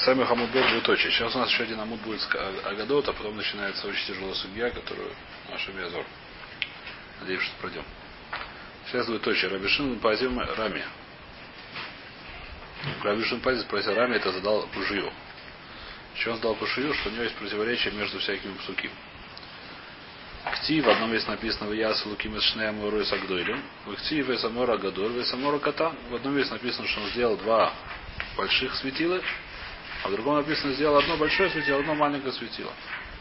Сами Хамудбор будет очень. Сейчас у нас еще один амуд будет Агадот, а потом начинается очень тяжелая судья, которую наша Миазор. Надеюсь, что пройдем. Сейчас будет очень. Рабишин Пазим Рами. Рабишин Пазим спросил Рами, это задал Пушию. Еще он задал Пушию, что у него есть противоречие между всякими псуким. Кти в одном месте написано в Ясу Луким из Шнеем и Ройс Агдойлем. В Кти в Эсамора Гадор, в Эсамора Катан. В одном месте написано, что он сделал два больших светила, а в другом написано, сделал одно большое светило, одно маленькое светило.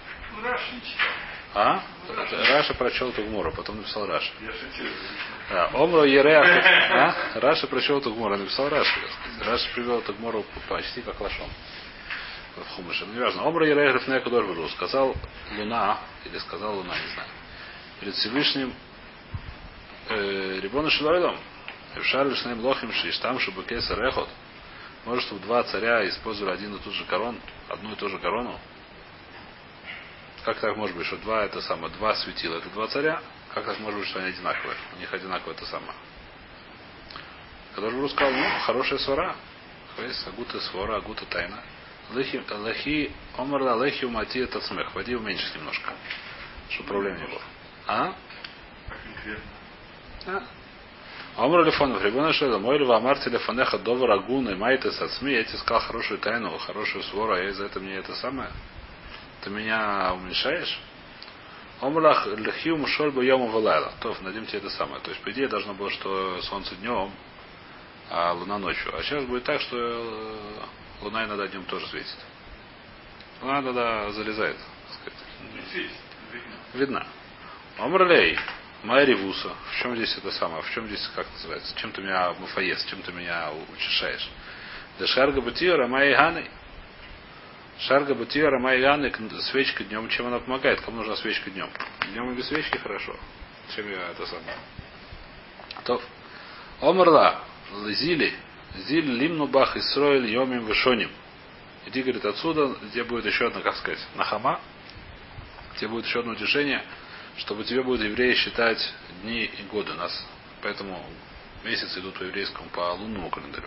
А? Раша прочел Тугмора, потом написал Раша. Омро Ереах. Раша прочел Тугмора, написал Раша. Раша привел Тугмору почти как лошон. В Хумыше. Ну, не важно. Омро Ереах Рефнея Кудорбуру. Сказал Луна, или сказал Луна, не знаю. Перед Всевышним Рибона Шилойлом. Евшар Лишнеем Лохим Шиш. Там, чтобы Кесар Эхот. Может, чтобы два царя использовали один и тот же корон, одну и ту же корону. Как так может быть, что два светила, это два царя? Как так может быть, что они одинаковые? У них одинаково это самое. Когда же сказал, хорошая свара. Агута свара, агута тайна. Лахи, омарла лахи умати этот смех. Води уменьшить немножко. Чтобы проблем не было. А? Омру Лефонов, Рибона Шеда, мой льва Амар телефонеха довар агуны, майты сацми, я тебе сказал хорошую тайну, хорошую свору, а я за это мне это самое. Ты меня уменьшаешь? Омрах лехиу мушоль бы йому валайла. Тов, надим тебе это самое. То есть, по идее, должно было, что солнце днем, а луна ночью. А сейчас будет так, что луна иногда днем тоже светит. Луна иногда залезает, так сказать. Видно. Омрлей. Моя ревуса. В чем здесь это самое? В чем здесь, как называется? Чем ты меня муфаес? Чем ты меня утешаешь? Да шарга бутия рамай ганы. Шарга бутия рамай ганы. Свечка днем. Чем она помогает? Кому нужна свечка днем? Днем и без свечки хорошо. Чем я это самое? То. Омрла. Зили. Зили лимну бах и строили йомим вышоним. Иди, говорит, отсюда, где будет еще одна, как сказать, нахама. Где будет еще одно утешение. Чтобы тебе будут евреи считать дни и годы нас. Поэтому месяцы идут по еврейскому, по лунному календарю.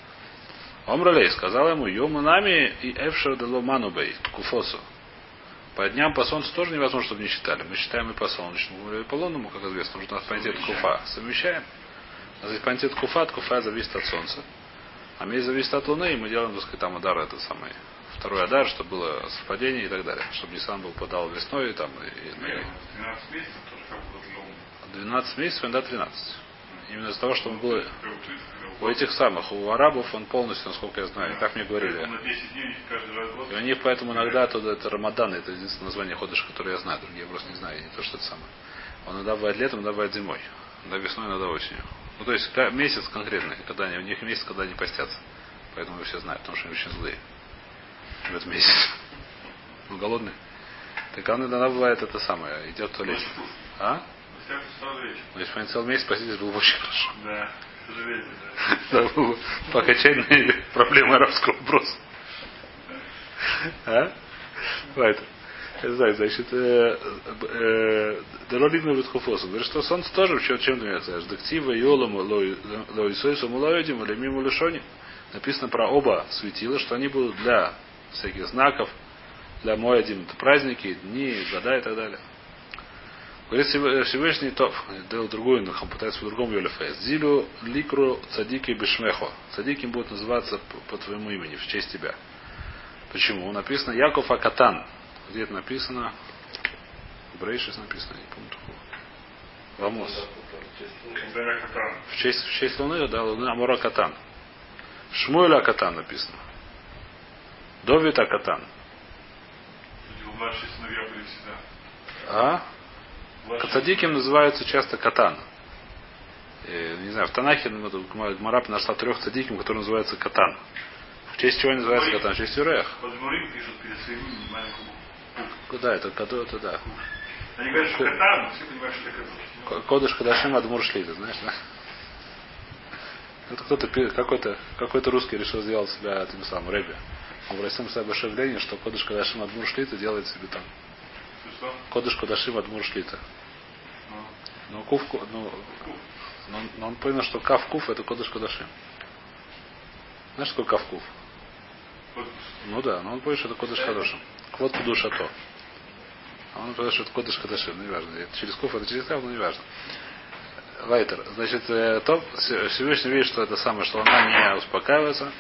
Омралей сказал ему, йому нами и эфшер дело манубей, куфосу. По дням по солнцу тоже невозможно, чтобы не считали. Мы считаем и по солнечному, и по лунному, как известно. Нужно у нас понятие куфа. Совмещаем. У нас есть понятие куфа зависит от солнца. А месяц зависит от луны, и мы делаем, так сказать, там адар это самое. Второй адар, чтобы было совпадение и так далее. Чтобы Нисан был подал весной там, 12 месяцев тоже как бы в 12 месяцев, иногда 13. Именно из-за того, что он был у этих самых, у арабов он полностью, насколько я знаю, так мне говорили. На 10 дней каждый раз год. И у них поэтому иногда оттуда это Рамадан, это единственное название ходыша, которое я знаю, другие я просто не знаю, не то, что это самое. Он иногда бывает летом, иногда бывает зимой. Иногда весной, иногда осенью. Ну то есть месяц конкретный, когда они, у них месяц, когда они постятся. Поэтому все знают, потому что они очень злые. В этот месяц. Он голодный. Так он иногда бывает это самое, идет в туалет. А? Ну, если бы они целый месяц постились, было бы очень хорошо. Да, к сожалению, да. Да, было бы покачательные проблемы арабского вопроса. А? Давай. Я знаю, значит, Доролигна Витхуфосу. Говорит, что солнце тоже в чем меняется. Дактива, Йолому, Лоисойсу, Мулаодим, Лемиму Лешони. Написано про оба светила, что они будут для всяких знаков, для Моядим, праздники, дни, года и так далее. Говорит Всевышний Топ, дал другую, но он пытается по-другому Йолефес. Зилю ликру цадики бешмехо. Цадики будут называться по твоему имени, в честь тебя. Почему? Написано Яков Акатан. Где это написано? В Брейшис написано, не помню такого. Вамос. В честь Луны, да, Луны Амора Катан. Шмуэль Акатан написано. Довид Акатан. Младшие сыновья были всегда. А? Цадиким называются часто Катан. Не знаю, в Танахе Гмара нашла 3 цадиким, которые называются Катан. В честь чего они называются Катан? В честь Юреях. Подмурим пишут перед своим маленьким букву. Куда это? Это да. Они говорят, что Катан, но все понимают, что это Катан. Кодыш Кадашим Адмур Шлита, знаешь, да? Это какой-то русский решил сделать себя этим самым Рэбби. Он просил себе большое влияние, что Кодыш Кадашим Адмур Шлита делает себе там. Кодыш Кадашим Адмур Шлита. Но он понял, что Кав Куф это Кодыш Кадашим. Знаешь, что такое Кав Куф? Ну да, но он понял, что это кодыш хорошим. Квот душа то. А он понял, что это кодыш кадашим, не важно. Это через куф, это через кав, но не важно. Вайтер. Значит, то Всевышний видит, что это самое, что она не успокаивается.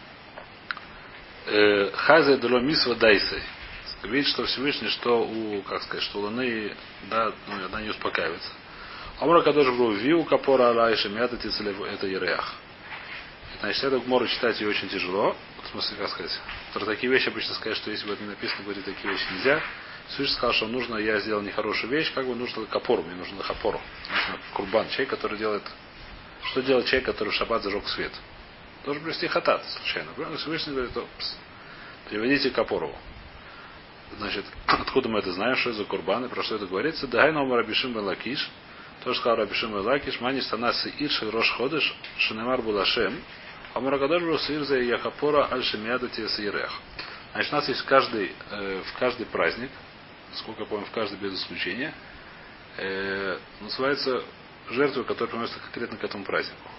Хазай дало мисва дайсой. Видит, что Всевышний, что у, как сказать, что у Луны, да, ну, она не успокаивается. Амура Кадош Бру Виу Капора Алайши Мята Тицелев это Ереах. Значит, эту гмору читать ее очень тяжело. В смысле, как сказать. Такие вещи обычно сказать, что если бы это не написано, говорит, такие вещи нельзя. Всевышний сказал, что нужно, я сделал нехорошую вещь, как бы нужно капору, мне нужно хапору. Нужно курбан, человек, который делает. Что делает человек, который в шаббат зажег свет? Должен привести хатат, случайно. Всевышний говорит, приведите капору. Значит, откуда мы это знаем, что это за курбан и про что это говорится? Дагайна омар Рабишим бен Лакиш. Тоже сказал Рабишим бен Лакиш. Мани станасы ирши рош ходыш шинемар булашем. Омар Кадош бру сирзе яхапора аль-шемиада тиесирех. Значит, у нас есть в каждый праздник, сколько я помню, в каждый без исключения, называется жертва, которая приносится конкретно к этому празднику.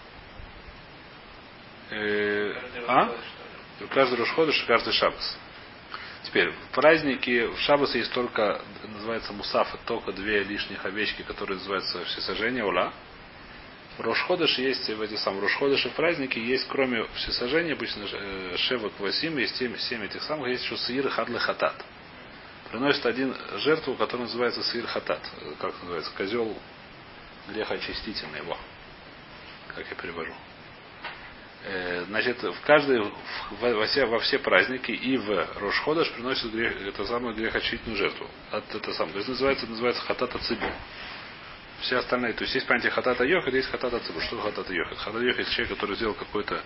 Каждый рош ходыш и каждый шаббас. Теперь, в празднике, в шаббас есть только, называется мусафа, только две лишних овечки, которые называются всесожжение, ула. В Рош-Ходыш есть, в эти самые Рош-Ходыши в празднике есть, кроме всесожжения, обычно Шева Квасим, есть 7 этих самых, есть еще Саир Хадлы Хатат. Приносит один жертву, которая называется Саир Хатат. Как называется? Козел грехоочистительный его. Как я перевожу. Значит, во все праздники и в Рош-Ходыш приносят это самую грехоочистительную жертву. Это самое. То есть называется Хатата Цибу. Все остальные, то есть понятие Хатата Йохет, есть Хатата Цибу. Что Хатата Йохет? Хатата Йохет это человек, который сделал какой-то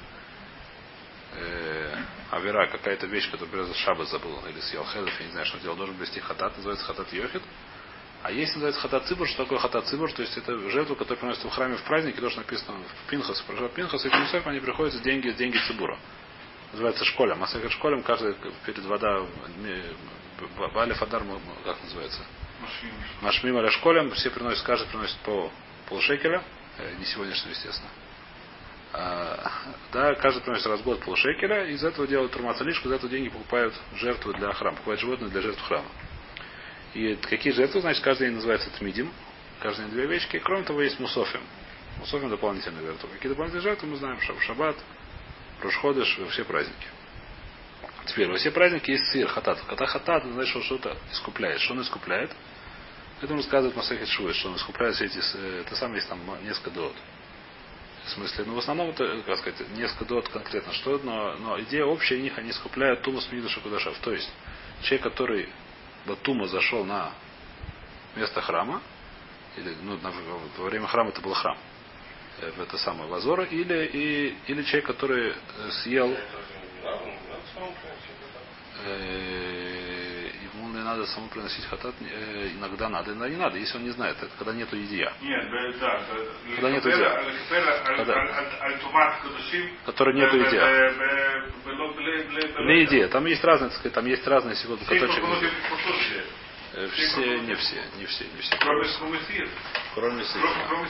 авера, какая-то вещь, которую без шаббат забыл, или съел хедов, я не знаю, что он делал, должен блести Хатат, называется Хатат Йохет. А есть называется Хатат Цибур, что такое Хатат Цибур, то есть это жертва, которая приносится в храме в празднике, то, что написано в Пинхас, про Пинхас и Пинхас, они приходят деньги Цибура. Называется школем. Масахер школем, каждый перед вода Бали Фадар, как называется? Машмим аля школем, все приносят, каждый приносит по полшекеля, не сегодняшнего, естественно. Да, каждый приносит раз в год полшекеля, из этого делают турмацалишку, из этого деньги покупают жертвы для храма, покупают животные для жертв храма. И какие жертвы, значит, каждый день называется тмидим, каждый день две овечки, кроме того есть мусофим. Мусофим дополнительные жертвы. Какие дополнительные жертвы мы знаем, шаббат, Рош-Ходыш, все праздники. Теперь, во все праздники есть сир, хатат. Когда хатат, значит, что что-то искупляет. Что он искупляет? Это он рассказывает Масахет Шуэс, что он искупляет все эти, это самое, есть там несколько дот. В смысле, ну в основном это, как сказать, несколько дот конкретно, что, но идея общая, них они искупляют тумус мидуша кудашав. То есть, человек, который Батума зашел на место храма, или во время храма это был храм, в это самое Вазора, или человек, который съел. Ему не надо самому приносить хатат, иногда надо, иногда не надо, если он не знает, это когда нету идея. Нет, да. Когда нету идея. Который нету идея. Для идеи. Там есть разные, так сказать, там есть разные секунды, каточек. Все, не все. Кроме сир.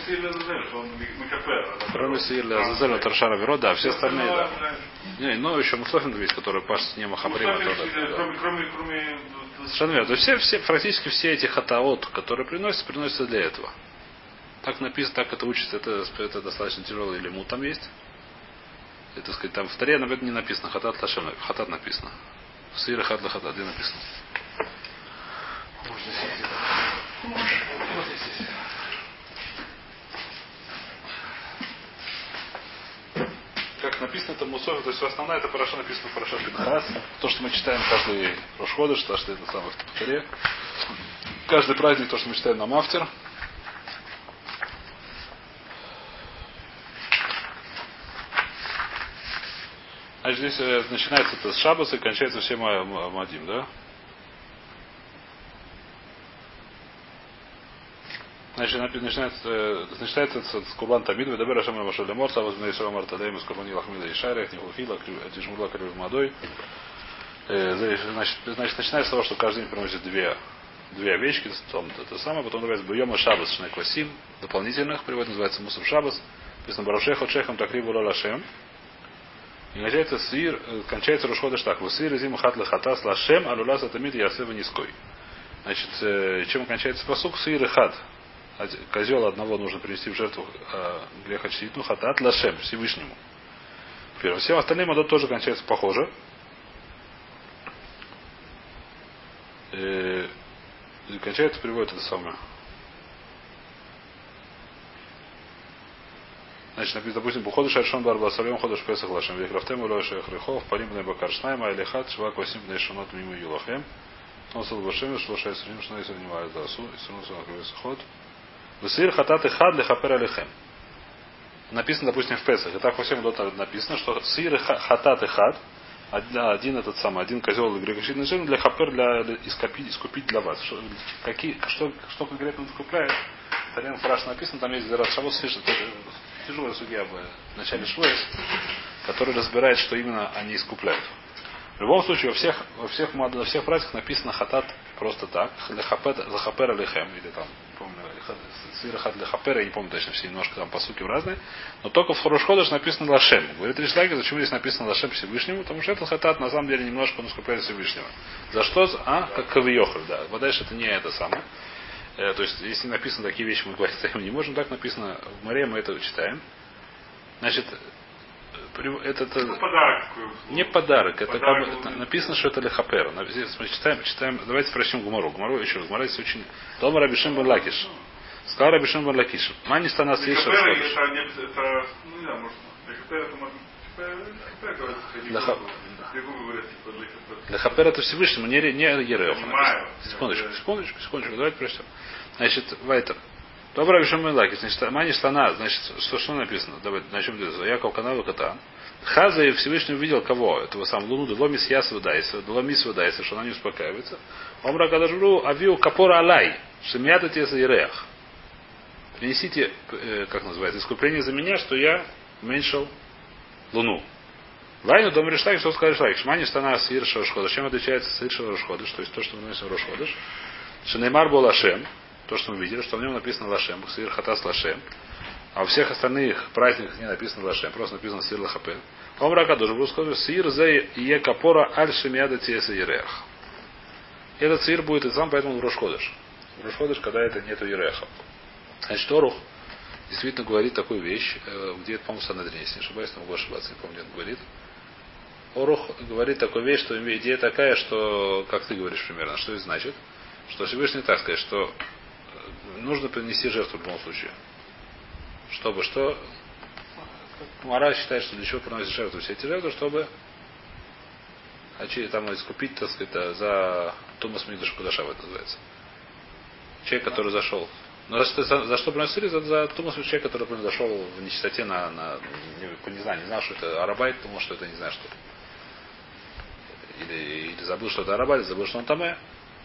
Кроме сир, Азазель, Таршара, Веро, да, все остальные, да. Не, но еще Муслофин есть, который пашет не Махабрима. Совершенно верно. То есть практически все эти хатаот, которые приносятся для этого. Так написано, так это учится, это достаточно тяжелый лимут там есть. Это, так сказать, там в Таре, наверное, не написано. Хатат Лашем, хатат написано. В Сире хат хатат, где написано? Можно сидеть. Вот здесь. Как написано, это Мусоф, то есть основная это параша написано в параша Пинхас. То, что мы читаем каждый Рош-Ходыш, то, что это самое в Таре. Каждый праздник, то, что мы читаем на Мафтер. Значит, здесь начинается это с Шаббаса и кончается все Мадим, да? Значит, начинается с Курбан Тамид, Ведабер Ашем Рабашо Лемор, Саваз Мейсова Мартадейм, из Курбани Лахмида и Шарих, Нихухила, Тишмурла Крив Мадой. Значит, начинается с того, что каждый день приносит две овечки, это самое, потом называется Буйома Шабас Шнеквасим, дополнительных, перевод называется Мусов Шабас, написано Барушеха Чехам Такриву Лалашем. И кончается сир, кончается Рошходыш так. Высыр зим хат лехатас лашем алула сатамид ясева низкой. Значит, чем кончается посук? Сир и хат. Козел одного нужно принести в жертву греха чтительну хатат лашем, Всевышнему. Первым. Всем остальным адот тоже кончается похоже. И кончается, приводит это самое. Значит, написано, допустим, Буходу Шаршон Барбасалем Ходыш Песах Лашем Векрафтем Улошех Рехов, Паримбный Бакаршнайма, Алихат, Швак Васимбный Шунот Мимо Юлахем, Носал Башем, Шлошай Срим, Шнай Санимай Дасу, и Сунусу Накавис Ход. Высыр Хатат и Хад Лехапер Алихем. Написано, допустим, в Песах. И так во всем написано, что Сыр Хатат и Хад, один козел грехочительной жертвы для хапер, для искупить для вас. Что конкретно искупляет? Тарен Фраш написано, там есть Зерат Шавот слышит. Тяжелая судья в начале Швоес, который разбирает, что именно они искупляют. В любом случае, во всех праздниках написано хатат просто так. Лехапер алихем. Или там, не помню, сыр хат лехапер, я не помню точно, все немножко там посуки разные. Но только в Рош ходыш написано лашем. Говорит Ришлаки, зачем здесь написано лашем Всевышнему? Потому что этот хатат на самом деле немножко он искупляет Всевышнего. За что? Как кавиохаль, да. Вот дальше это не это самое. То есть, если написано такие вещи, мы говорить не можем. Так написано в море, мы это читаем. Значит, это подарок. Не подарок. Это, подарок написано, что это лехапер. Читаем. Давайте прочтем Гумару. Гумару еще раз. Гумара здесь очень... Дома Рабишим бен Лакиш. Сказал Рабишим бен Лакиш. Мани стана слышал. Это, ну не знаю, может, лехапер это можно... Лехапер это Всевышнему, не Ерех. Секундочку, давайте прочтем. Значит, Вайтер. Добрый Рабишим бен Лакиш. Значит, Мани стана, значит, что написано? Давайте начнем делать. Яков канал кота. Хаза и Всевышний увидел кого? Этого самого Луну, Ломис Яс выдается, Ломис выдается, что она не успокаивается. Омра Кадажуру Авиу Капора Алай, Шемята Теса Ерех. Принесите, как называется, искупление за меня, что я уменьшил Луну. Вайну дом Ришлайк, что сказал Ришлайк? Шмани стана сир Рошходыш. Чем отличается сир Рошходыш? То есть то, что мы носим Рошходыш. Шенеймар был Лашем. То, что мы видели, что в нем написано Лашем. Сир Хатас Лашем. А у всех остальных праздниках не написано Лашем. Просто написано Сир Лахапе. Омрака тоже был сказано Сир Зей Е Капора Аль Шемиада Тиеса Ерех. Этот сир будет и сам, поэтому в Рошходыш. В Рошходыш, когда это нету Ереха. Значит, Орух действительно говорит такую вещь, где это, по-моему, Санедрин, если не ошибаюсь, но могу ошибаться, не помню, где он говорит. Орух говорит такую вещь, что идея такая, что, как ты говоришь примерно, что это значит? Что Всевышний так сказать, что нужно принести жертву в любом случае. Чтобы что? Мара считает, что для чего приносит жертву все эти жертвы, чтобы там искупить, так сказать, за Тумас Мигдаш Кудашав, это называется. Человек, который зашел. Но за что приносили? За Тумас человек, который зашел в нечистоте не знал, что это Арабайт, думал, что это не знаю что. Или забыл, что это Арабайт, забыл, что он Таме.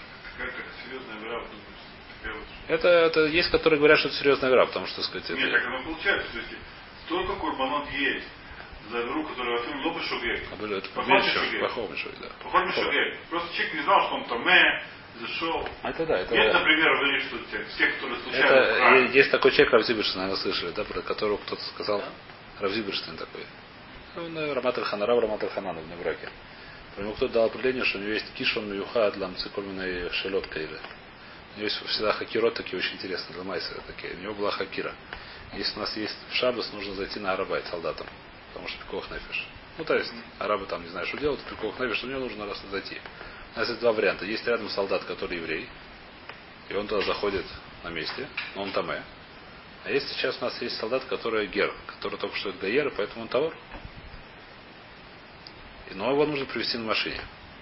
Это есть, которые говорят, что это серьезная игра, потому что, так сказать, нет, так оно получается, то есть столько курбанот есть за игру, которая Афим Лоба Шугель. Это Пахом Шугель, да. Пахом Шугель. Просто человек не знал, что он Таме, зашел. Это да. Нет, например, говорит, что те, которые случайно... Есть такой человек, Равзиберштейн, наверное, слышали, да, про которого кто-то сказал. Равзиберштейн такой. Он Рамат Аль-Ханара, Рамат Аль-Ханана в Невраке. Про него кто-то дал определение, что у него есть кишон мюха для мцикольменной шелетка или. У него есть всегда хакирот такие очень интересные, для майса такие. У него была хакира. Если у нас есть в Шабас, нужно зайти на Арабайт солдатам. Потому что пикох нефиш. Ну, то есть, арабы там не знают, что делать, пикох нефиш, у него нужно раз зайти. У нас есть два варианта. Есть рядом солдат, который еврей. И он туда заходит на месте, но он таме. А есть сейчас у нас есть солдат, который гер, который только что это гаер, поэтому он товар. Но его нужно привезти на машине.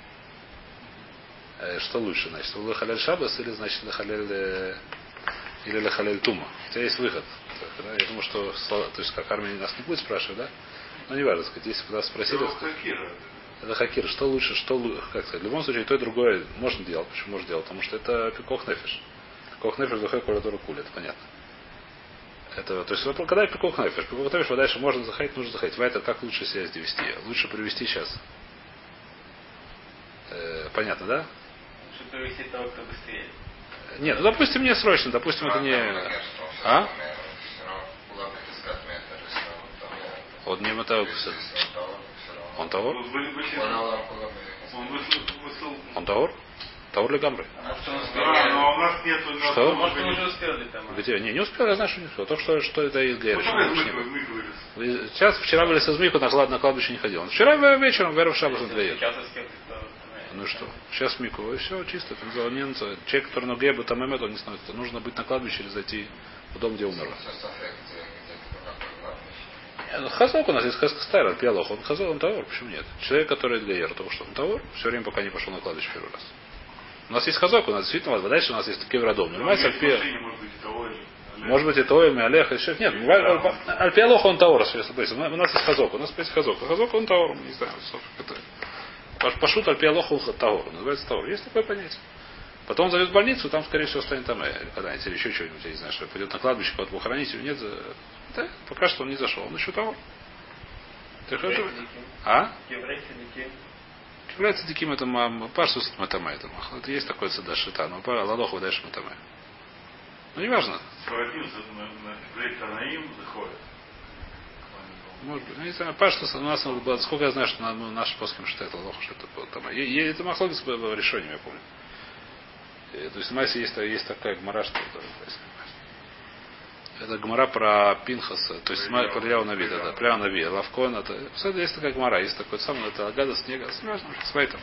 Что лучше, значит, лехалель шабас или, значит, лехалель тума. У тебя есть выход. Я думаю, что, то есть, как армия нас не будет спрашивать, да? Но не важно, сказать, если бы нас спросили, это хакир, что лучше, как сказать, в любом случае, и то, и другое можно делать. Почему можно делать? Потому что это пикох нефиш. Пикох нефиш духай куратура кули, это понятно. Это, то есть, когда пикох нефиш? Пикох нефиш, дальше можно заходить, нужно заходить. Это как лучше себя довести? Лучше привести сейчас. Понятно, да? Лучше привести того, кто быстрее. Нет, ну допустим, не срочно, допустим, это не. А? Вот не мотал. Он Таур? Он высыл. Он Таур? Таур ли Гамры? Может, он успел? Да, но у нас нету. Что? Может, он уже успел ли там? Где? Не успел, я знаю, что не успел. Только что это из Гейра. Мык вылез. Сейчас, вчера вылез из Мику, на кладбище не ходил. Вчера вечером в Эров Шаббас он Гейр. Сейчас успел, кто... Ну и что? Сейчас Мику, и все, чисто. Это называется человек, который на Гейбу там имеет, он не становится. Нужно быть на кладбище или зайти в дом, где умер. Хазок у нас есть Хазкастайр, Альпиалох. Он Хазок, он Таур, почему нет? Человек, который Гейр, потому что он Таур, все время пока не пошел на кладбище первый раз. У нас есть Хазок, у нас действительно, дальше у нас есть Кеврадом. Понимаете, может быть, это Оэль, Олег, еще нет. Альпиалох он Таур, у нас есть Хазок, у нас есть Хазок. А Хазок он Таур, не знаю, это. Пашут Альпиалох он Таур, называется Таур. Есть такое понятие. Потом он зовет в больницу, там, скорее всего, станет там когда-нибудь или еще что-нибудь, я не знаю, что пойдет на кладбище, кого-то похоронить или нет. Да, пока что он не зашел. Он еще Таур. Ты что же? А? Является таким это Парсус Матаме. Это есть такое цеда шита, но Ладох выдаешь Матаме. Ну не важно. Может быть, ну, не знаю, Паштус у нас, сколько я знаю, что наш плоским считает Ладох, что это было там. Это Махлогис по решениям, я помню. То есть в Масе есть такая гмара, что это гмара про Пинхаса, то есть про Ляу Нави, да, про Ляу Нави, Лавкон, это есть такая гмара, есть такой самый, это Агада снега, с Вайтер.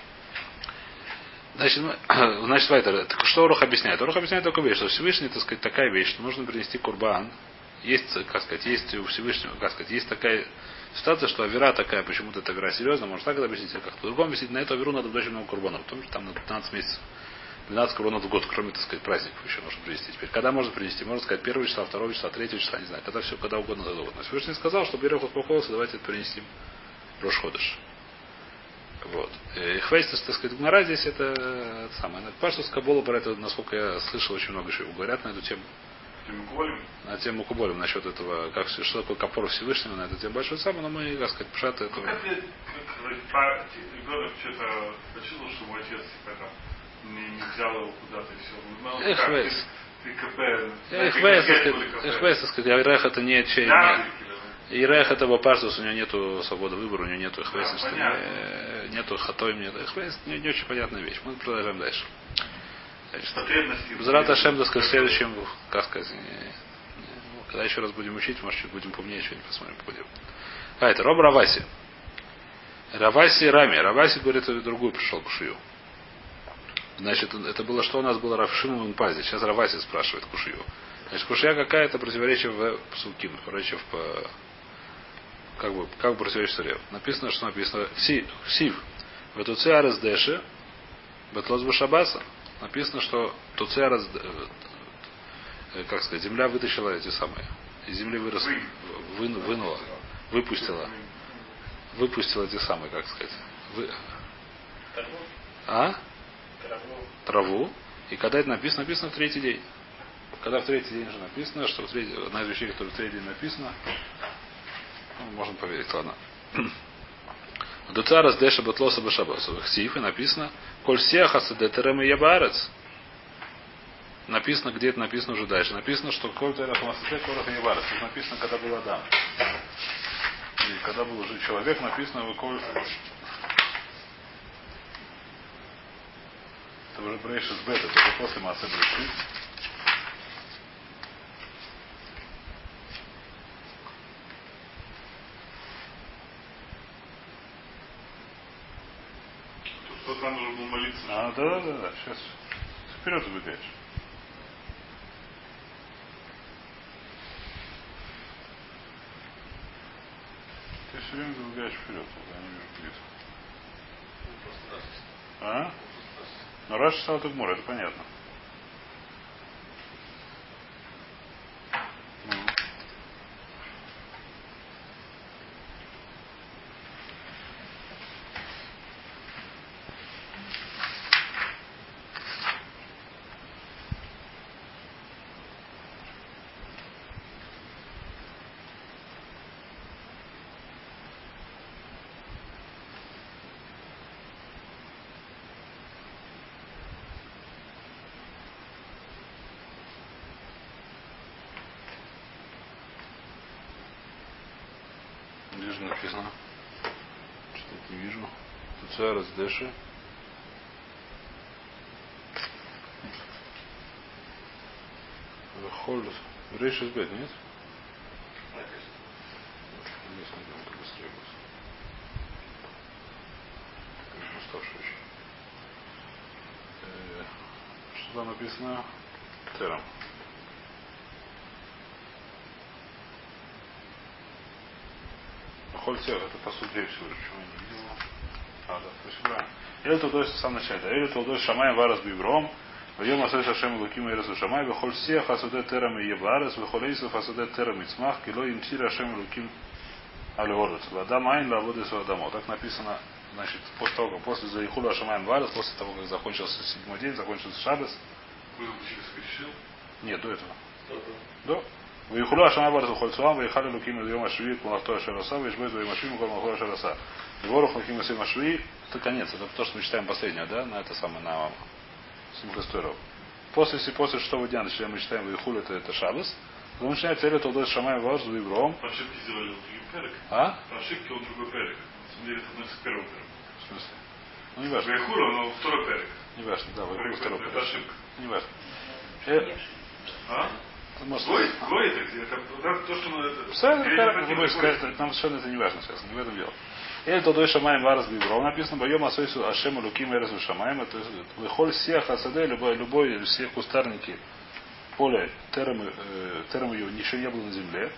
Значит, Вайтер, что Орух объясняет? Орух объясняет такую вещь, что Всевышний, так сказать, такая вещь, что нужно принести курбан. Есть, как сказать, есть у Всевышнего, как сказать, есть такая ситуация, что авера такая, почему-то эта авера серьезная, может так это объяснить, а как по-другому объяснить, на эту аверу надо очень много курбанов, потому что там на 15 месяцев. 12 курбанов в год, кроме, так сказать, праздников еще нужно принести. Теперь, когда можно принести? Можно сказать 1 числа, 2 числа, 3 числа, не знаю, когда все, когда угодно задумать. Но Всевышний сказал, что Берех успокоился, давайте это принесем Рош Ходыш. Вот. И хвейстус, так сказать, гмара здесь это самое. Паштус Кабола про это, насколько я слышал, очень много еще говорят на эту тему. На тему Куболем, насчет этого, как что такое Капор Всевышнего, на эту тему большой самый, но мы, как сказать, пшат это. Как ребенок что-то почувствовал, что мой отец типа не взял его куда-то и все. Эх, Вейс. Эх, Вейс, так сказать, Ирех это не Ирех это Бапаштус, у него нету свободы выбора, у него нету Эхвейс, нету Хатой, нету Эхвейс, не очень понятная вещь. Мы продолжаем дальше. Зарат Ашем, так сказать, в следующем, как сказать, когда еще раз будем учить, может, чуть будем помнее, что-нибудь посмотрим, пойдем. Это Роб Раваси. Раваси Рами. Раваси, говорит, другую пришел к Шию. Значит, это было, что у нас было Равшиму и Пази. Сейчас Раваси спрашивает Кушию. Значит, Кушия какая-то противоречие в Псуким, противоречие в как бы противоречие Сурев. Написано, что написано Сив. В Туциарес Дэши, Бетлос Башабаса. Написано, что Туциарес, как сказать, земля вытащила эти самые. Из земли вынула, выпустила эти самые, как сказать. Траву. И когда это написано в третий день. Когда в третий день же написано, что одна из вещей, которая в третий день написано, можно поверить, ладно. Дуцарас Дэша Батлоса Башабасовых Сиф, и написано Коль Сеахаса Детерем и Ябарец. Написано, где это написано уже дальше. Написано, что Коль Терахамасате Корах и Ябарец. Это написано, когда был Адам. И когда был уже человек, написано Коль. Это уже Брейшис Бет, это уже после Маасе Брейшис. Тут нам нужно было молиться. Да. Сейчас. Вперед убегаешь. Ты все время забегаешь вперед, я не вижу близко. А? Ну, Раш стал Тугмур, это понятно. Где же написано? не вижу. Туцерас Дэши. Холд. Рейш из бед, нет? Здесь найдем, это быстрее будет. Конечно, уставший еще. Что там написано? Терам. Хольцер, это по сути всего, почему я не видел. А, да, спасибо. Или то есть в самом начале. Или то есть Шамай Варас Бибром. Вьем Асой Шашем Луким Ирасу Шамай. Вехоль Сех Асуде Терам и Еварес. Вехолейсов Асуде Терам и Цмах. Кило им Тир Ашем Луким Алиорец. Вода Майн Лаводы Суадамо. Так написано, значит, после того, как после Заихула Шамай Варес, после того, как закончился седьмой день, закончился Шабес. Вы учились, Нет, до этого. До. Вихула Шамай Варес Хольцуам. Вихали Луким Йома Шви. Кулахто Ашераса. Вишбет Йома Шви. Мухол Ашераса. Ворох Луким Исима Шви. Это конец. Это то, что мы читаем последнее, да? На это самое, на Симхасторов. После шестого дня начинаем, мы читаем Вихуль, это Шабас. Потом начинается Элет Олдой Шамай Варс Вибром. По ошибке сделали другой перек. А? По ошибке он другой перек. На самом деле это относится к первому переку. В смысле? Ну, не важно. Вихула, но второй перек. Не важно, да, Вихуль второй перек. Это ошибка. Не важно. А? Может, Гой это то, что надо... Нам совершенно это не важно сейчас, не в этом дело. Или то Шамаем Варас Бибром написано, боем Асойсу Ашему Луким Эресу Шамаем, то есть выхоль всех Асаде, любой все кустарники поле терем ее ничего не было на земле.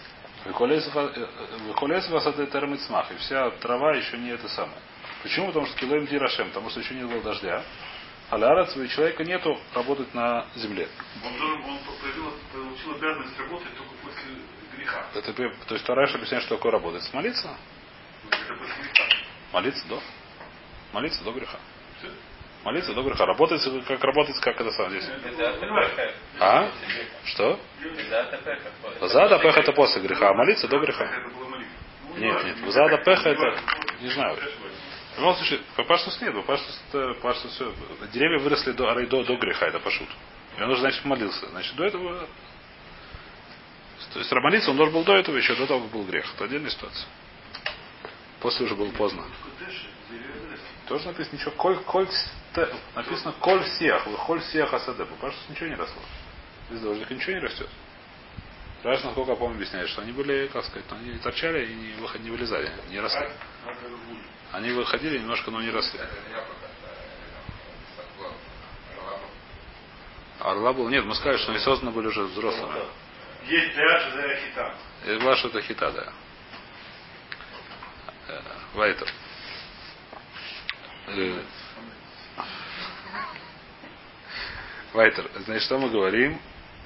Выхолесов Асаде терем и Цмах, и вся трава еще не это самое. Почему? Потому что килоим Дирашем, потому что еще не было дождя. А лярец, у человека нету работать на земле. Он получил обязанность работать только после греха. Это, то есть Тараш объясняет, что такое работать. Молиться? Это после греха. Молиться до. Молиться до греха. Все? Молиться до греха. Работать, как это самое здесь. А? Что? Зада пеха это после греха, а молиться до греха. Нет. Зада пеха это. Не знаю. В любом случае, папаштус нет, папаштус все. Деревья выросли до греха, это пашут. И он уже, значит, молился. Значит, до этого. То есть молиться он должен был до этого, еще до того, как был грех. Это отдельная ситуация. После уже было поздно. Тоже написано ничего. Написано коль всех, выхоль всех асаде. Папаштус ничего не росло. Без дождика ничего не растет. Раньше, насколько я помню, объясняет, что они были, как сказать, они торчали и не вылезали, не росли. Они выходили немножко, но не росли. Орла был. Нет, мы сказали, что они созданы были уже взрослыми. Есть дляш за хита. Дляш это хита, да. Вайтер. Вайтер. Значит, что мы говорим?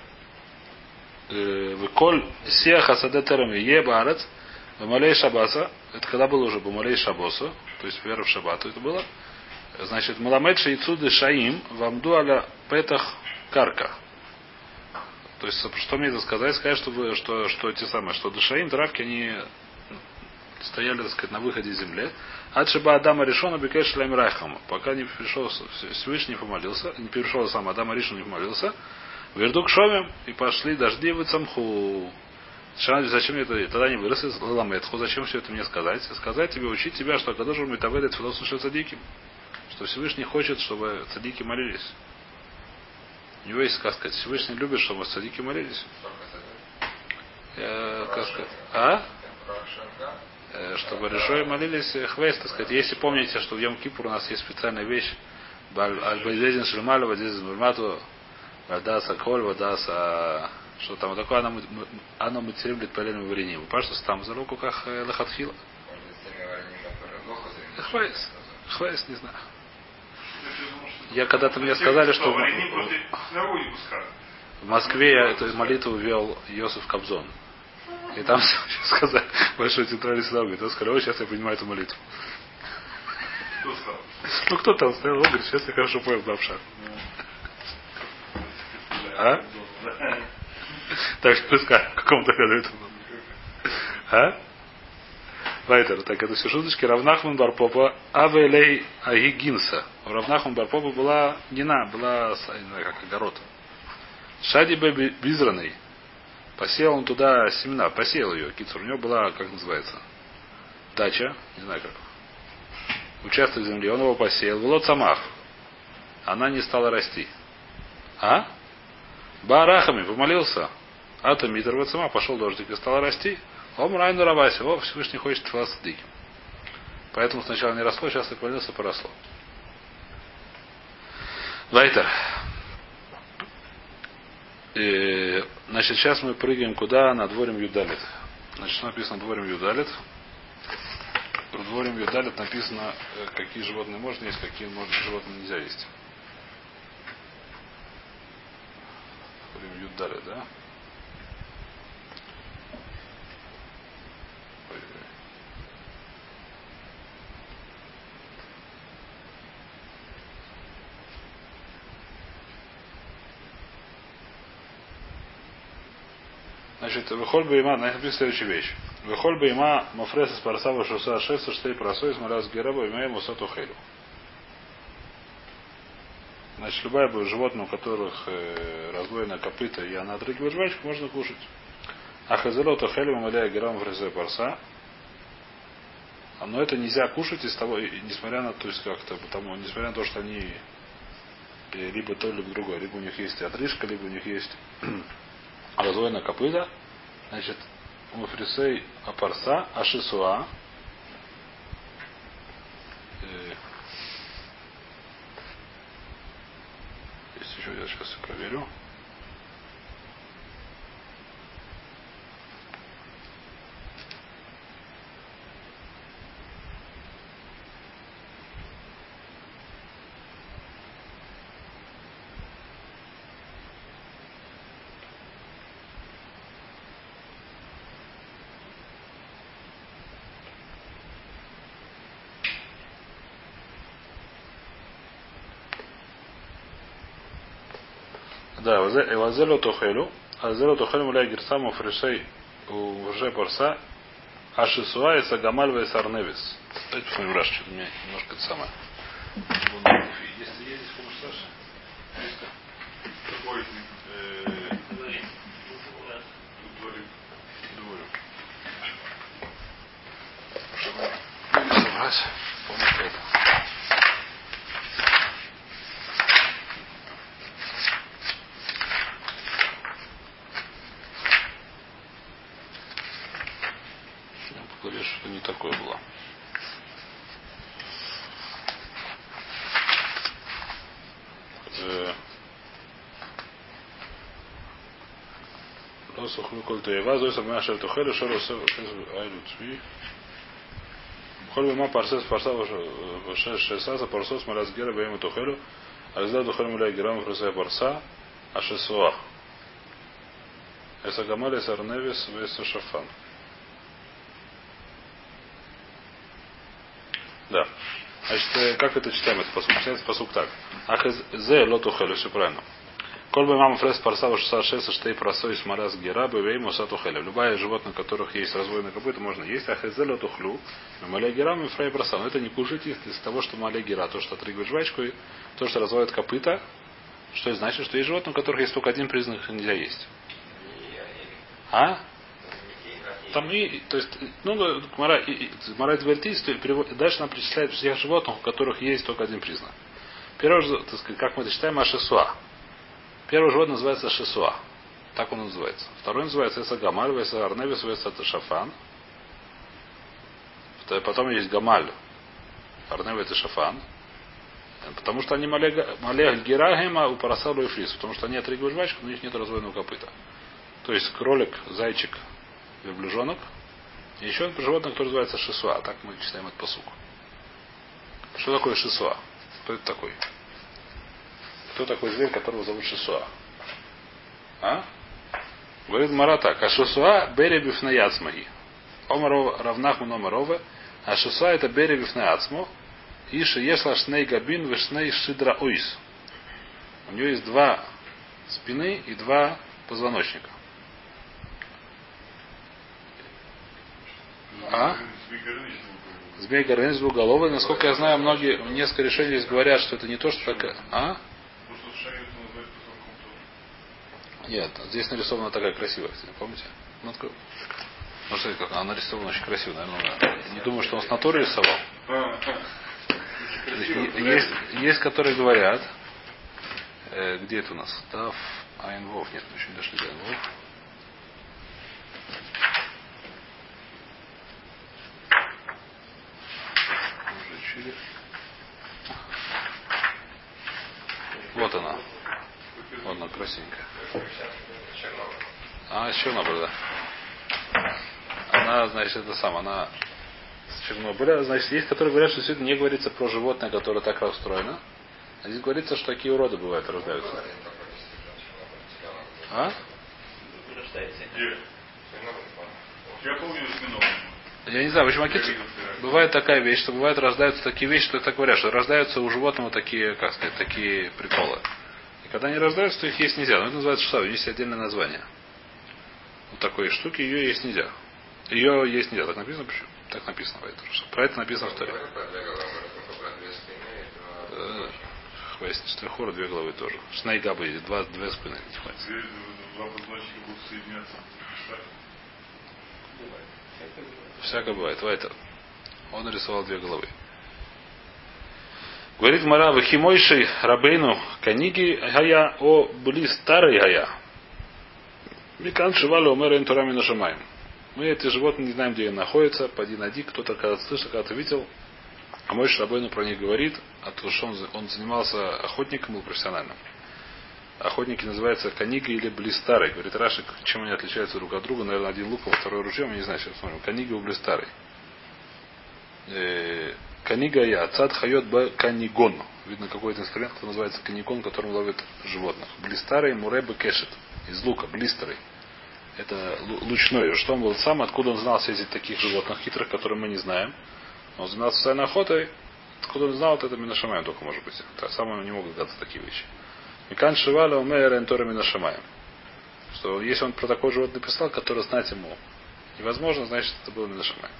Выколь сех асаде терами е барец бамалей шабаса. Это когда было уже бамалей шабоса, то есть вера в шабату это было. Значит, маламед шейцуды шаим вамду аля петах карка. То есть, что мне это сказать? Сказать, что те самые, что дышаим, травки, они стояли, так сказать, на выходе из земли. Адшиба Адама решена бекеш шлайм райхам. Пока не пришел Всевышний, не помолился, не пришел сам Адама решен, не помолился. Вердук шовем, и пошли дожди в Цамху. Зачем мне это? Тогда не вырос из Ламетху. Зачем все это мне сказать? Сказать тебе, учить тебя, что когда же мы таведет философ цадиким. Что Всевышний хочет, чтобы цадики молились. У него есть сказка. Всевышний любит, чтобы цадики молились. Как сказать? А? Чтобы решой молились хвейс, так сказать. Если помните, что в Йом-Кипур у нас есть специальная вещь. Аль-Базезин Шлемаль, Вадезин Мурмату, Вадаса Коль, Вадаса... Что там такое, оно материалит полем вареньем. Паштус там за руку как лахатхила. Хвейс, не знаю. Я когда-то мне сказали, что в Москве я эту молитву вел Йосиф Кобзон. И там сказали, большой центральный синагоги, то сказали, ой, сейчас я понимаю эту молитву. Кто сказал? Ну кто там стоял, он говорит, сейчас я хорошо понял Бабшах. А? Так что скажем, в каком-то году это было. А? Вайтер, так это все шуточки. Равнахман Барпопа Авелей Агигинса. У Равнахман Барпопа была Гина, была, не знаю, как огород. Шади Бэби Бизраный. Посеял он туда семена, посеял ее. Кицур, у него была, как называется, дача, не знаю как. участок земли, он его посеял, в лоцамах. Она не стала расти. А? Барахами помолился. Ата митр вацама, пошел дождик и стала расти. Ом райну раваси. О, Всевышний хочет филасадык. Поэтому сначала не росло, сейчас наклонился, поросло. Вайтер. Значит, сейчас мы прыгаем куда? На дворем Юдалит. Значит, написано дворем Юдалит. В дворем Юдалит написано, какие животные можно есть, какие животные нельзя есть. Дворем Юдалит, да? Значит, выхоль бы има, написано следующая вещь. Выхоль бы има мафрес из парсава шуса шеста штей просой смоля с гераба има ему соту хелю. Значит, любое бы животное, у которых раздвоена копыта и она отрыгивает жвачку, можно кушать. А хазелоту хелю мамаля герам фресой парса. Но это нельзя кушать из того, несмотря на, то есть как-то, потому, несмотря на то, что они либо то, либо другое, либо у них есть отрыжка, либо у них есть раздвоена копыта, значит, муфрисей апарса, ашисуа, есть еще, я сейчас проверю. Да, вазелу тохелю, азелу тохелю муля гирсаму фришей уже парса, ашисуа и сагамаль вейс арневис. Давайте посмотрим раз, что-то у меня немножко это самое. Если есть, помощь Саша? Какой? Дворик. Собрать. Помню это. Говоришь, что не такое было. Сухлю коль то ева, зой самая шер тухелю, шеру айлю цви. Холь бема парсес парса шесаса парсос малаз гера бема тухелю, а изда тухелю муля герам фрусая парса, а шесуа. Эса гамали сарневис веса шафан. Да. Значит, как это читаем, это посук? Читается посук так. Ахзе лотухелю, все правильно. Коль бы мама фрес парсава 66 штей просой смарас гера бевейму сатухеля. Любое животное, у которых есть раздвоенное копыто, можно есть. А хезель тухлю. Маля гера мы фрей проса. Но это не кушать из того, что маля гера, то, что отрыгивает жвачку, и то, что разводит копыта. Что это значит? Что есть животные, у которых есть только один признак, их нельзя есть. А? Там и, то есть, ну, Мара Двертис, дальше нам перечисляет всех животных, у которых есть только один признак. Первый, так сказать, как мы это считаем, ашисуа. Первый животное называется шисуа. Так он называется. Второй называется эса гамаль, эса арневис, эса шафан. Потом есть гамаль, арневис и шафан. Потому что они малех герагема у парасалу и фрис. Потому что они отрыгивают жвачку, но у них нет раздвоенного копыта. То есть кролик, зайчик, верблюжонок. И еще один животное, которое называется шисуа. Так мы читаем этот посук. Что такое шисуа? Кто это такой? Кто такой зверь, которого зовут шисуа? А? Говорит Мара так. А шисуа беребив на яцмаги. Омаров равнаху номерова. А шисуа это беребив на яцму. И шиешла шней габин вешней шидра уис. У нее есть два спины и два позвоночника. А? Змей горыныч двуголовый. Насколько я знаю, многие, несколько решений здесь говорят, что это не то, что такое. А? Нет, здесь нарисована такая красивая, помните? Ну, смотрите, как она нарисована очень красиво, наверное. Не думаю, что он с натуры рисовал. Есть, которые говорят, где это у нас? Тав Айнвов. Нет, мы еще не дошли до Айнвов. Вот она. Вот она, красненькая. А, с Чернобыля, да. Она, значит, это сам, она с Чернобыля. Значит, есть, которые говорят, что сегодня не говорится про животное, которое так устроено. А здесь говорится, что такие уроды бывают, рождаются. А? Я помню осьминог. Я не знаю, почему бывает такая вещь, что бывает рождаются такие вещи, что так говорят, что рождаются у животного такие, как сказать, такие приколы. И когда они рождаются, то их есть нельзя. Но это называется шусав, есть отдельное название. Вот такой штуки ее есть нельзя. Ее есть нельзя. Так написано почему? Так написано поэтому. Про это написано в Торе. Хвост, штрихора, две головы тоже. Шнайгаба есть, две спины. Два позвоночника будут соединяться. Всякое бывает. Вайтер. Он нарисовал две головы. Говорит Мара, Вахимойшей Рабейну Каниги Гая о были старый Гая. Микан Шивали Омера Интурами Нашамаем. Мы эти животные не знаем, где они находятся. Поди нади, кто-то когда-то слышал, когда-то видел. А мой Рабейну про них говорит, а то, что он занимался охотником, был профессиональным. Охотники называются каниги или блистарый. Говорит Рашик, чем они отличаются друг от друга. Наверное, один лук, а второй ружьем, я не знаю, сейчас смотрим. Каниги у блистарый. Канига я, цад хайот б канигон. Видно какой-то инструмент, который называется канигон, которым ловит животных. Блистарый муребы кешет. Из лука, блистерый. Это лучной. Что он был сам, откуда он знал все эти таких животных хитрых, которые мы не знаем. Он занимался социальной охотой. Откуда он знал, вот это Минашамаем только может быть. Сам он не мог догадаться такие вещи. Микан Шивала Умея Рентора Минашамаем. Что если он про такое животное написал, которое знать ему невозможно, значит это было Минашамаем.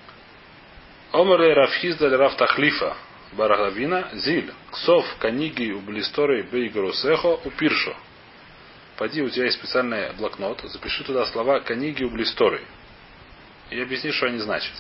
Омере Рафхиздаль Раф Тахлифа Барагавина Зиль Ксов Каниги у Блисторы Бейгарусехо у Пиршо. Пойди, у тебя есть специальный блокнот, запиши туда слова Каниги у Блисторы. И объясни, что они значат.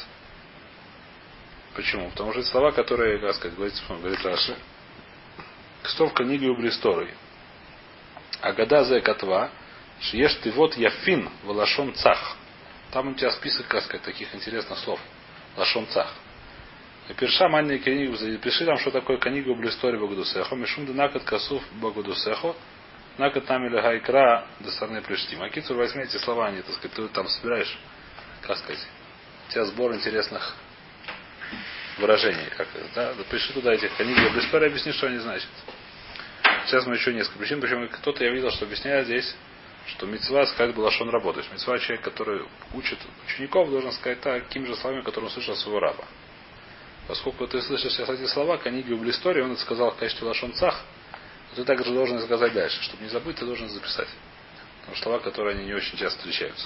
Почему? Потому что это слова, которые, как сказать, говорит Раши. Кстов Каниги у Блисторы. Агада зе катва. Шиеш ты вот яфин валашон цах. Там у тебя список, как сказать, таких интересных слов. Лашон цах. Пирша мальный канигу, запиши там, что такое канигу блистори богодусехо. Мишум дынакат касуф богодусехо. Накат там или гайкра до стороны приштим. А кицур возьми эти слова, они, так сказать, ты там собираешь, как сказать, у тебя сбор интересных выражений. Как это, да? Запиши туда этих канигу блистори, объясни, что они значат. Сейчас мы еще несколько причин, причем кто-то я видел, что объясняет здесь, что мицва сказать был лашон работа. То есть мицва человек, который учит учеников, должен сказать такими же словами, которые он слышал от своего раба. Поскольку ты слышишь сейчас эти слова, каниги в истории, он это сказал в качестве лашон цах, ты также должен сказать дальше. Чтобы не забыть, ты должен записать. Потому что слова, которые они не очень часто встречаются.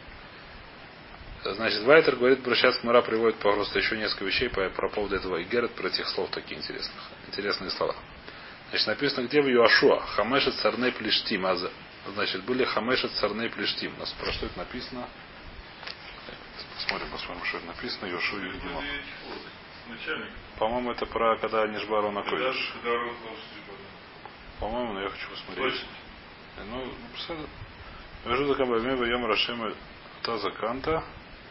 Значит, Вайтер говорит, сейчас Мара приводит просто еще несколько вещей про поводу этого Игерет, про этих слов такие интересные слова. Значит, написано, где в Юашуа, Хамешет Царней Плештим. Значит, были Хамешет Царней Плештим. У нас про что это написано? Посмотрим, что это написано. Юашуа Югдима. По-моему, это про когда Нишбару на Койдыш. По-моему, но я хочу посмотреть. Ну, вяжу за кабами в Йом Рашема Тазаканта.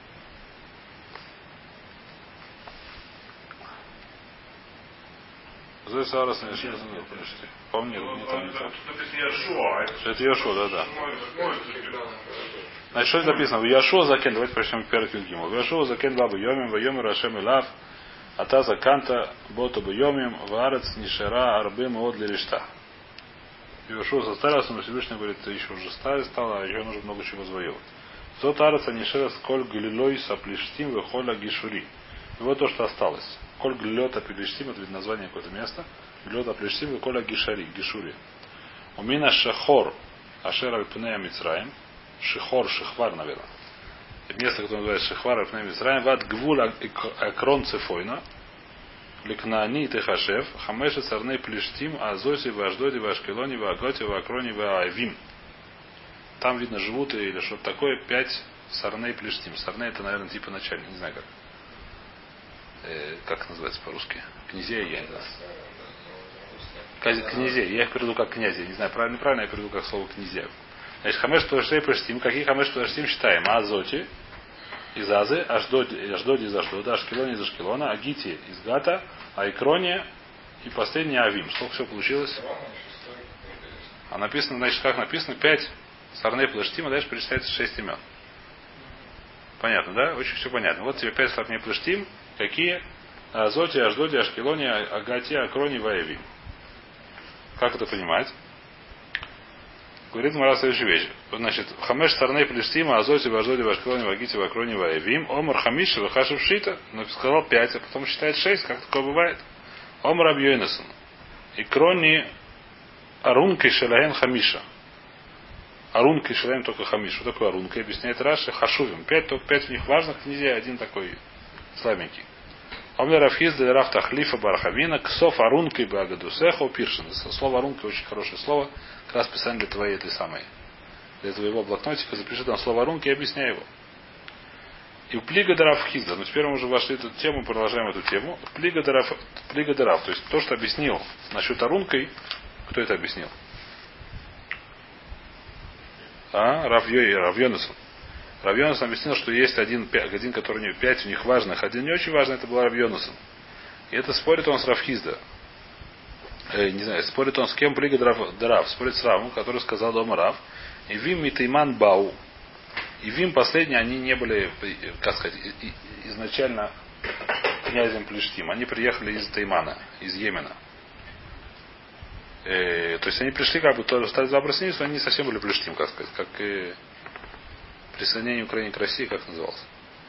Здесь Арас не решил. По-моему, не там. Это Яшуа, да. Значит, что это написано? В Яшуа закен. Давайте прочтем первый Кюльгиму. В Яшуа закен бабу Йомим, в Йом Рашем Илав, Ата Заканта, Боту Бьомим, в Арец Нишера, Арбым и Одли Ришта. Яшуа состарился, но Всевышний говорит, ты еще уже старый стал, а еще нужно много чего завоевывать. Зот Арец Нишера сколь Галилой Саплиштим, Вехоля Гишури. И вот то, что осталось. Коль Глёта Пилиштим, это ведь название какое-то место. Глёта Пилиштим, и Коля Гишари, Гишури. Умина Шехор, Ашер Альпнея Мицраим. Шехор, Шехвар, наверное. Это место, которое называется Шехвар Альпнея Мицраим. Ват Гвуль Акрон Цефойна. Ликнаани и Техашев. Хамеши Царней Пилиштим, Азоси, Важдоди, Вашкелони, Ваготи, Вакрони, Ваавим. Там, видно, живут или что-то такое 5 Сарней Плештим. Сарней это, наверное, типа начальник, не знаю как. как называется по-русски? Князей, я не знаю. Князей, я их переведу как князей, не знаю, правильно, неправильно, я переведу как слово князья. Значит, хамеш туаштей паштим, какие хамеш туаштим считаем? Азоти из Азы, Ашдоди из Ашдода, Ашкелони из Ашкелона, Агити из Гата, Айкрони и последний Авим. Сколько всего получилось? А написано, значит, как написано, 5 сарней плаштим, а дальше перечисляется 6 имен. Понятно, да? Очень все понятно. Вот тебе 5 сарней плаштим, какие? Азоти, Ашдоди, Ашкелони, Агати, Акрони, Ваевим. Как это понимать? Говорит Мара следующую вещь. Значит, хамеш сарней плештима, азоти, важдоди, вашклони, вагити, вакрони, ваевим, омар хамиша, вахашев шита, но сказал 5, а потом считает 6, как такое бывает. Омар абьёйнесон. И крони арунки шелаен хамиша. Арунки шелаен только хамиш. Что такое арунка? Объясняет Раши, хашувим. 5, только 5 у них важных князей, один такой слабенький. Омлер Рафхиз де Раф Тахлифа Бархавина, Ксов Арунка и Багадусеха Пиршин. Слово Арунка очень хорошее слово. Как раз писание для твоей этой самой. Для твоего блокнотика. Запиши там слово Арунка и объясняй его. И Плига де Рафхизда. Но теперь мы уже вошли в эту тему, продолжаем эту тему. Плига де Раф. То есть то, что объяснил насчет Арункой, кто это объяснил? Рав Йонесон. Рав Йонесон объяснил, что есть один, который у него 5 у них важных, один не очень важный, это был Рав Йонесон. И это спорит он с Рафхизда. Не знаю, спорит он с кем? Плига Дарав. Спорит с Равом, который сказал дома Рав. И Вим и Тейман Бау. И Вим последние, они не были, как сказать, изначально князем Плештим. Они приехали из Теймана, из Йемена. То есть они пришли, как бы, тоже стали забросить, но они не совсем были Плештим, как сказать, как и присоединение Украины к России, как назывался?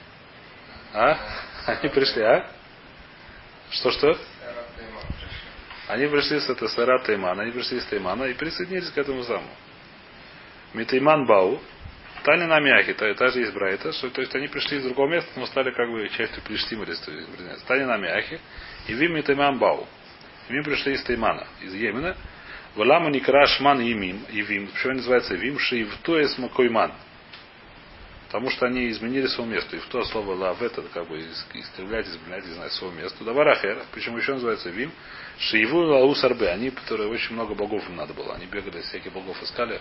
Они пришли, Что? Они пришли с этого Сара Таймана, они пришли из Таймана и присоединились к этому самому. Митайман Бау, Тани Намяхи, та же есть Брайта, что, то есть они пришли из другого места, но стали как бы частью Плештима, Тани Намяхи, и Вим Митайман Бау. Вим пришли из Таймана, из Йемена. Валама Никрашман Емим, и Вим. Почему они называются Вим? Шиевтуэс Макойман. Потому что они изменили свое место. И в то слово лав это как бы искривлять, изменять, не знаю, свое место. Даварахер, почему еще называется Вим? Шиеву лау сарбе. Они, которые очень много богов им надо было. Они бегали, всяких богов искали.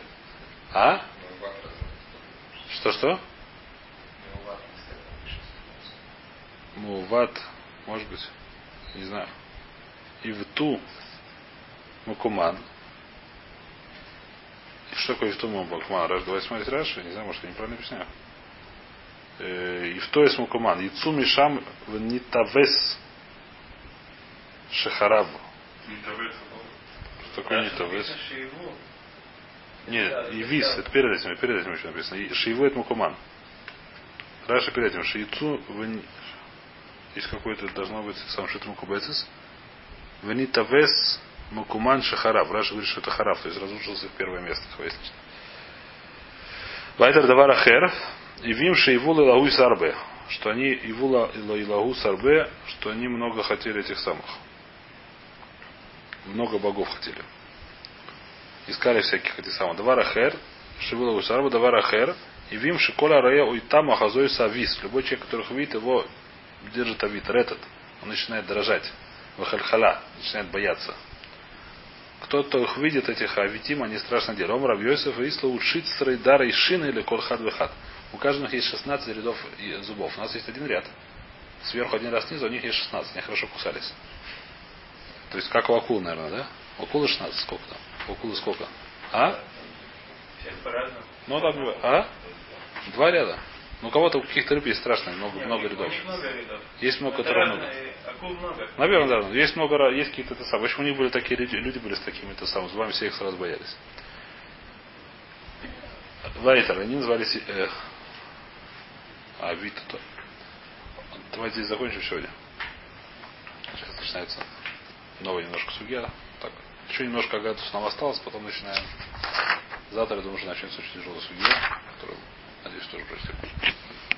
Что? Муват, может быть, не знаю. И в ту Макуман. Что такое Ифту Макуман? Давай смотреть Раши. Не знаю, может, я неправильно объясняю. Ифту есть Макуман. Яцу Мишам в Нитавес Шахараб. Что такое Нитавес? Нет, Ивис. Это перед этим еще написано. Шиеву это Макуман. Раши перед этим. Шиицу есть какой-то, должно быть сам Шиту Макубецис. Венитавес Макуман Шахарав. Раша говорит, что это Харав, то есть разрушился в первое место. Вайтер Давар Ахер. И Вим Шейвула и Лагу Сарбе. Что они Ивула и Лагу Сарбе, что они много хотели этих самых. Много богов хотели. Искали всяких этих самых. Давар Ахер. Шейвула Лагу Сарбе. Давар Ахер. И Вим Шикола Рая Уйтам Ахазой Савис. Любой человек, который видит его, держит авит, ретат. Он начинает дрожать. Вахальхала, начинает бояться. Кто-то их видит, этих авитим, они страшно делают. Омар Абьёсеф и Исла учит стройдара и шины или колхад вехат. У каждого есть 16 рядов зубов. У нас есть один ряд. Сверху один раз снизу, у них есть 16. Они хорошо кусались. То есть как у акул, наверное, да? У акулы 16. Сколько там? У акулы сколько? Всех по-разному. Ну там, 2 ряда. Ну, у кого-то у каких-то рыб есть страшно, много рядов. Есть много, которые много. Акул много. Наверное, да. Есть много, есть какие-то это самые. В общем, у них были такие люди были с такими это самыми зубами, все их сразу боялись. Вайтер, они назывались Витто. Давайте здесь закончим сегодня. Сейчас начинается новая немножко сугья. Так. Еще немножко Агатус нам осталось, потом начинаем. Завтра, я думаю, что начнется очень тяжелая сугья, которую, надеюсь, тоже прочтем.